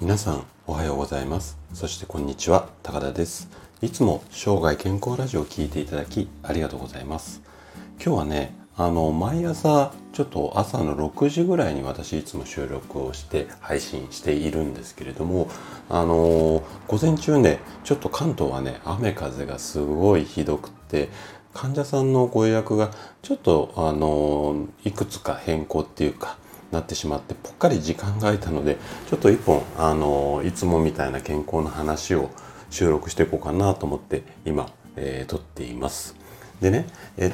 皆さんおはようございます。そしてこんにちは、高田です。いつも生涯健康ラジオを聞いていただきありがとうございます。今日はね、毎朝ちょっと朝の6時ぐらいに私いつも収録をして配信しているんですけれども、午前中ね、ちょっと関東はね、雨風がすごいひどくて、患者さんのご予約がちょっといくつか変更っていうかなってしまって、ぽっかり時間が空いたので、ちょっと一本いつもみたいな健康の話を収録していこうかなと思って今、撮っています。でね、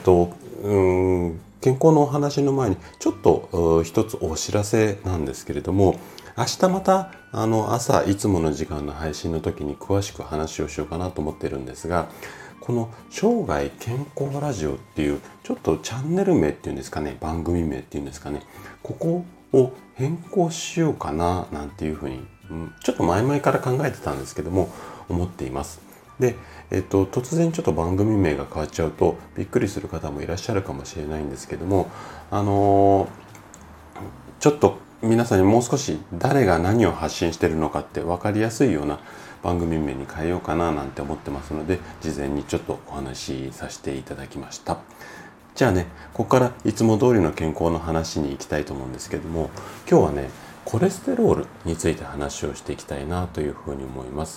健康のお話の前にちょっと一つお知らせなんですけれども、明日また朝いつもの時間の配信の時に詳しく話をしようかなと思ってるんですが、この生涯健康ラジオっていうちょっとチャンネル名っていうんですかね、番組名っていうんですかね、ここを変更しようかななんていうふうに、ちょっと前々から考えてたんですけども思っています。で、突然ちょっと番組名が変わっちゃうとびっくりする方もいらっしゃるかもしれないんですけども、ちょっと皆さんにもう少し誰が何を発信しているのかって分かりやすいような番組名に変えようかななんて思ってますので、事前にちょっとお話しさせていただきました。じゃあね、ここからいつも通りの健康の話に行きたいと思うんですけども、今日はね、コレステロールについて話をしていきたいなというふうに思います。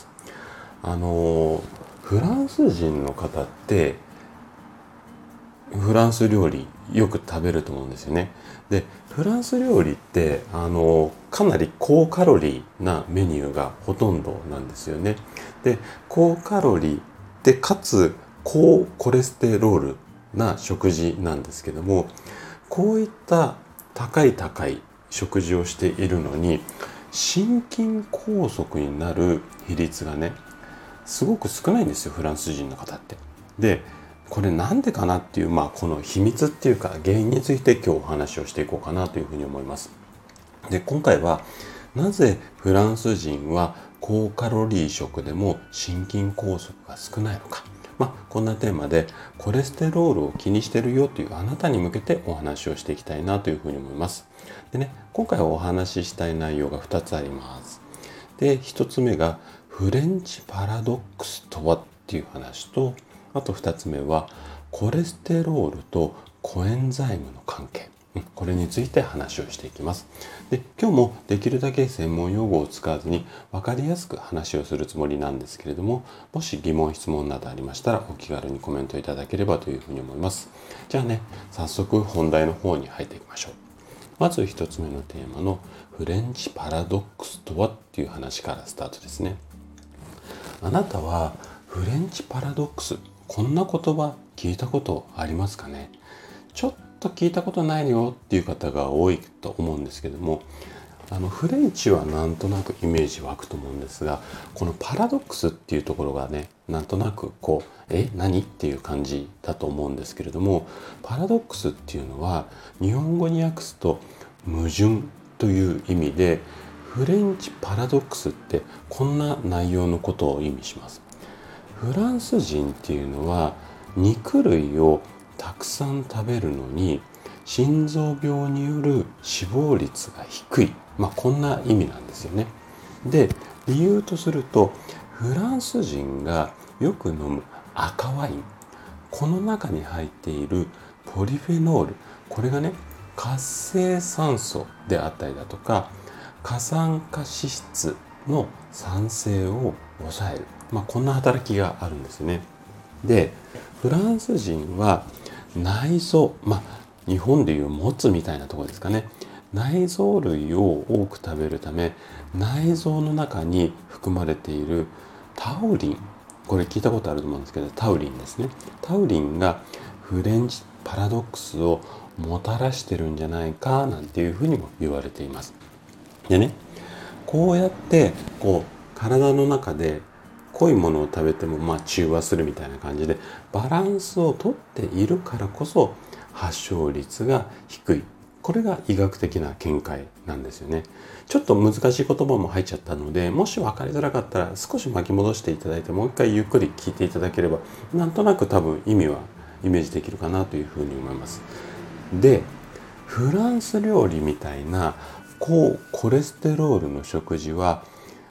フランス人の方ってフランス料理よく食べると思うんですよね。で、フランス料理ってかなり高カロリーなメニューがほとんどなんですよね。で、高カロリーでかつ高コレステロールな食事なんですけども、こういった高い食事をしているのに心筋梗塞になる比率がね、すごく少ないんですよ、フランス人の方って。で、これなんでかなっていう、この秘密っていうか原因について今日お話をしていこうかなというふうに思います。で、今回はなぜフランス人は高カロリー食でも心筋梗塞が少ないのか。こんなテーマでコレステロールを気にしてるよというあなたに向けてお話をしていきたいなというふうに思います。でね、今回お話ししたい内容が2つあります。で、1つ目がフレンチパラドックスとはっていう話と、あと2つ目はコレステロールとコエンザイムの関係、これについて話をしていきます。で、今日もできるだけ専門用語を使わずに分かりやすく話をするつもりなんですけれども、もし疑問質問などありましたらお気軽にコメントいただければというふうに思います。じゃあね、早速本題の方に入っていきましょう。まず1つ目のテーマのフレンチパラドックスとはっていう話からスタートですね。あなたはフレンチパラドックス、こんな言葉聞いたことありますかね。ちょっと聞いたことないよっていう方が多いと思うんですけども、フレンチはなんとなくイメージ湧くと思うんですが、このパラドックスっていうところがね、なんとなく何っていう感じだと思うんですけれども、パラドックスっていうのは日本語に訳すと矛盾という意味で、フレンチパラドックスってこんな内容のことを意味します。フランス人っていうのは肉類をたくさん食べるのに心臓病による死亡率が低い、こんな意味なんですよね。で、理由とするとフランス人がよく飲む赤ワイン、この中に入っているポリフェノール、これがね、活性酸素であったりだとか過酸化脂質の酸性を抑える、こんな働きがあるんですね。で、フランス人は内臓、日本でいうもつみたいなところですかね、内臓類を多く食べるため内臓の中に含まれているタウリン、これ聞いたことあると思うんですけど、タウリンですね。タウリンがフレンチパラドックスをもたらしてるんじゃないかなんていうふうにも言われています。でね、こうやって体の中で濃いものを食べても中和するみたいな感じでバランスをとっているからこそ発症率が低い。これが医学的な見解なんですよね。ちょっと難しい言葉も入っちゃったので、もし分かりづらかったら少し巻き戻していただいてもう一回ゆっくり聞いていただければ、なんとなく多分意味はイメージできるかなというふうに思います。で、フランス料理みたいな高コレステロールの食事は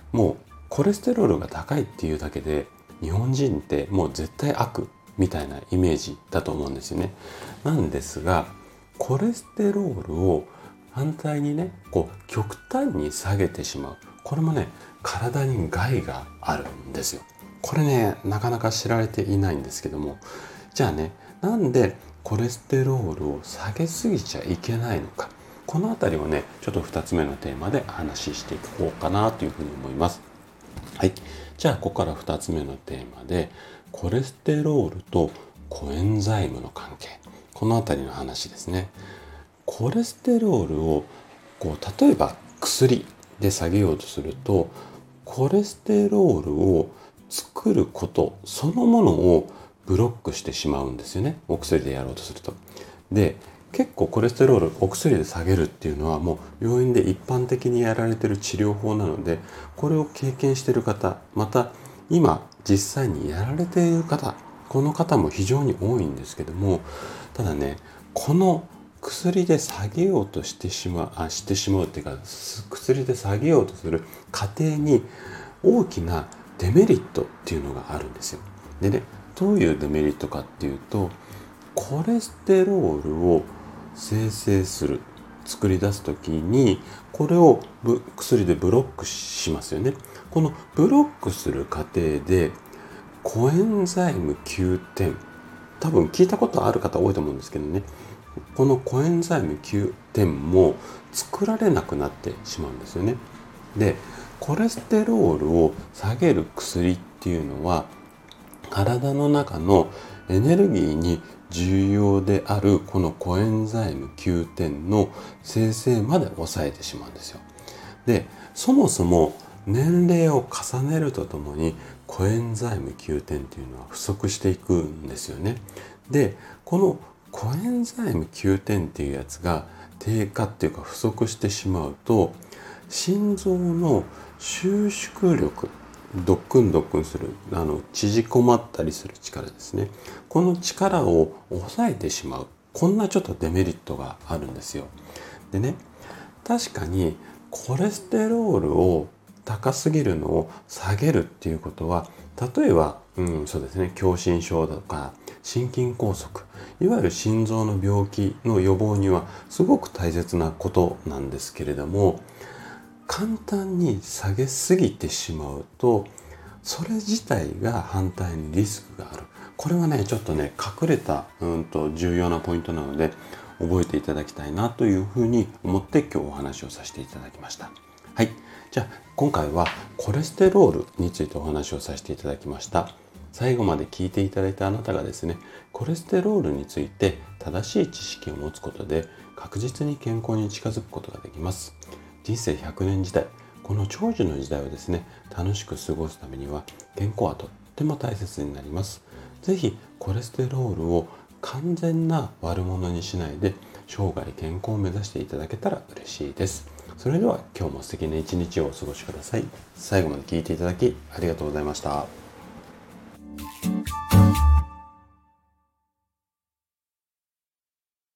もうコレステロールが高いっていうだけで日本人ってもう絶対悪みたいなイメージだと思うんですよね。なんですが、コレステロールを反対にね、極端に下げてしまう。これもね、体に害があるんですよ。これね、なかなか知られていないんですけども、じゃあね、なんでコレステロールを下げすぎちゃいけないのか。このあたりをね、ちょっと2つ目のテーマで話していこうかなというふうに思います。はい。じゃあ、ここから2つ目のテーマで、コレステロールとコエンザイムの関係。このあたりの話ですね。コレステロールを例えば薬で下げようとすると、コレステロールを作ることそのものをブロックしてしまうんですよね。お薬でやろうとすると。で、結構コレステロールお薬で下げるっていうのはもう病院で一般的にやられている治療法なので、これを経験している方、また今実際にやられている方、この方も非常に多いんですけども、ただね、この薬で下げようとしてしまうっていうか、薬で下げようとする過程に大きなデメリットっていうのがあるんですよ。でね、どういうデメリットかっていうと、コレステロールを生成する、作り出すときにこれを薬でブロックしますよね。このブロックする過程でコエンザイム Q10、多分聞いたことある方多いと思うんですけどね、このコエンザイム Q10 も作られなくなってしまうんですよね。で、コレステロールを下げる薬っていうのは体の中のエネルギーに重要であるこのコエンザイム Q10 の生成まで抑えてしまうんですよ。で、そもそも年齢を重ねるとともにコエンザイム Q10 っていうのは不足していくんですよね。で、このコエンザイム Q10 っていうやつが低下っていうか不足してしまうと、心臓の収縮力、ドックンドックンする、縮こまったりする力ですね。この力を抑えてしまう。こんなちょっとデメリットがあるんですよ。でね、確かにコレステロールを高すぎるのを下げるっていうことは、例えば、そうですね、狭心症とか心筋梗塞、いわゆる心臓の病気の予防にはすごく大切なことなんですけれども、簡単に下げすぎてしまうと、それ自体が反対にリスクがある。これはね、ちょっとね、隠れた重要なポイントなので、覚えていただきたいなというふうに思って今日お話をさせていただきました。はい。じゃあ、今回はコレステロールについてお話をさせていただきました。最後まで聞いていただいたあなたがですね、コレステロールについて正しい知識を持つことで確実に健康に近づくことができます。人生100年時代、この長寿の時代をですね、楽しく過ごすためには健康はとっても大切になります。ぜひコレステロールを完全な悪者にしないで生涯健康を目指していただけたら嬉しいです。それでは今日も素敵な一日をお過ごしください。最後まで聞いていただきありがとうございました。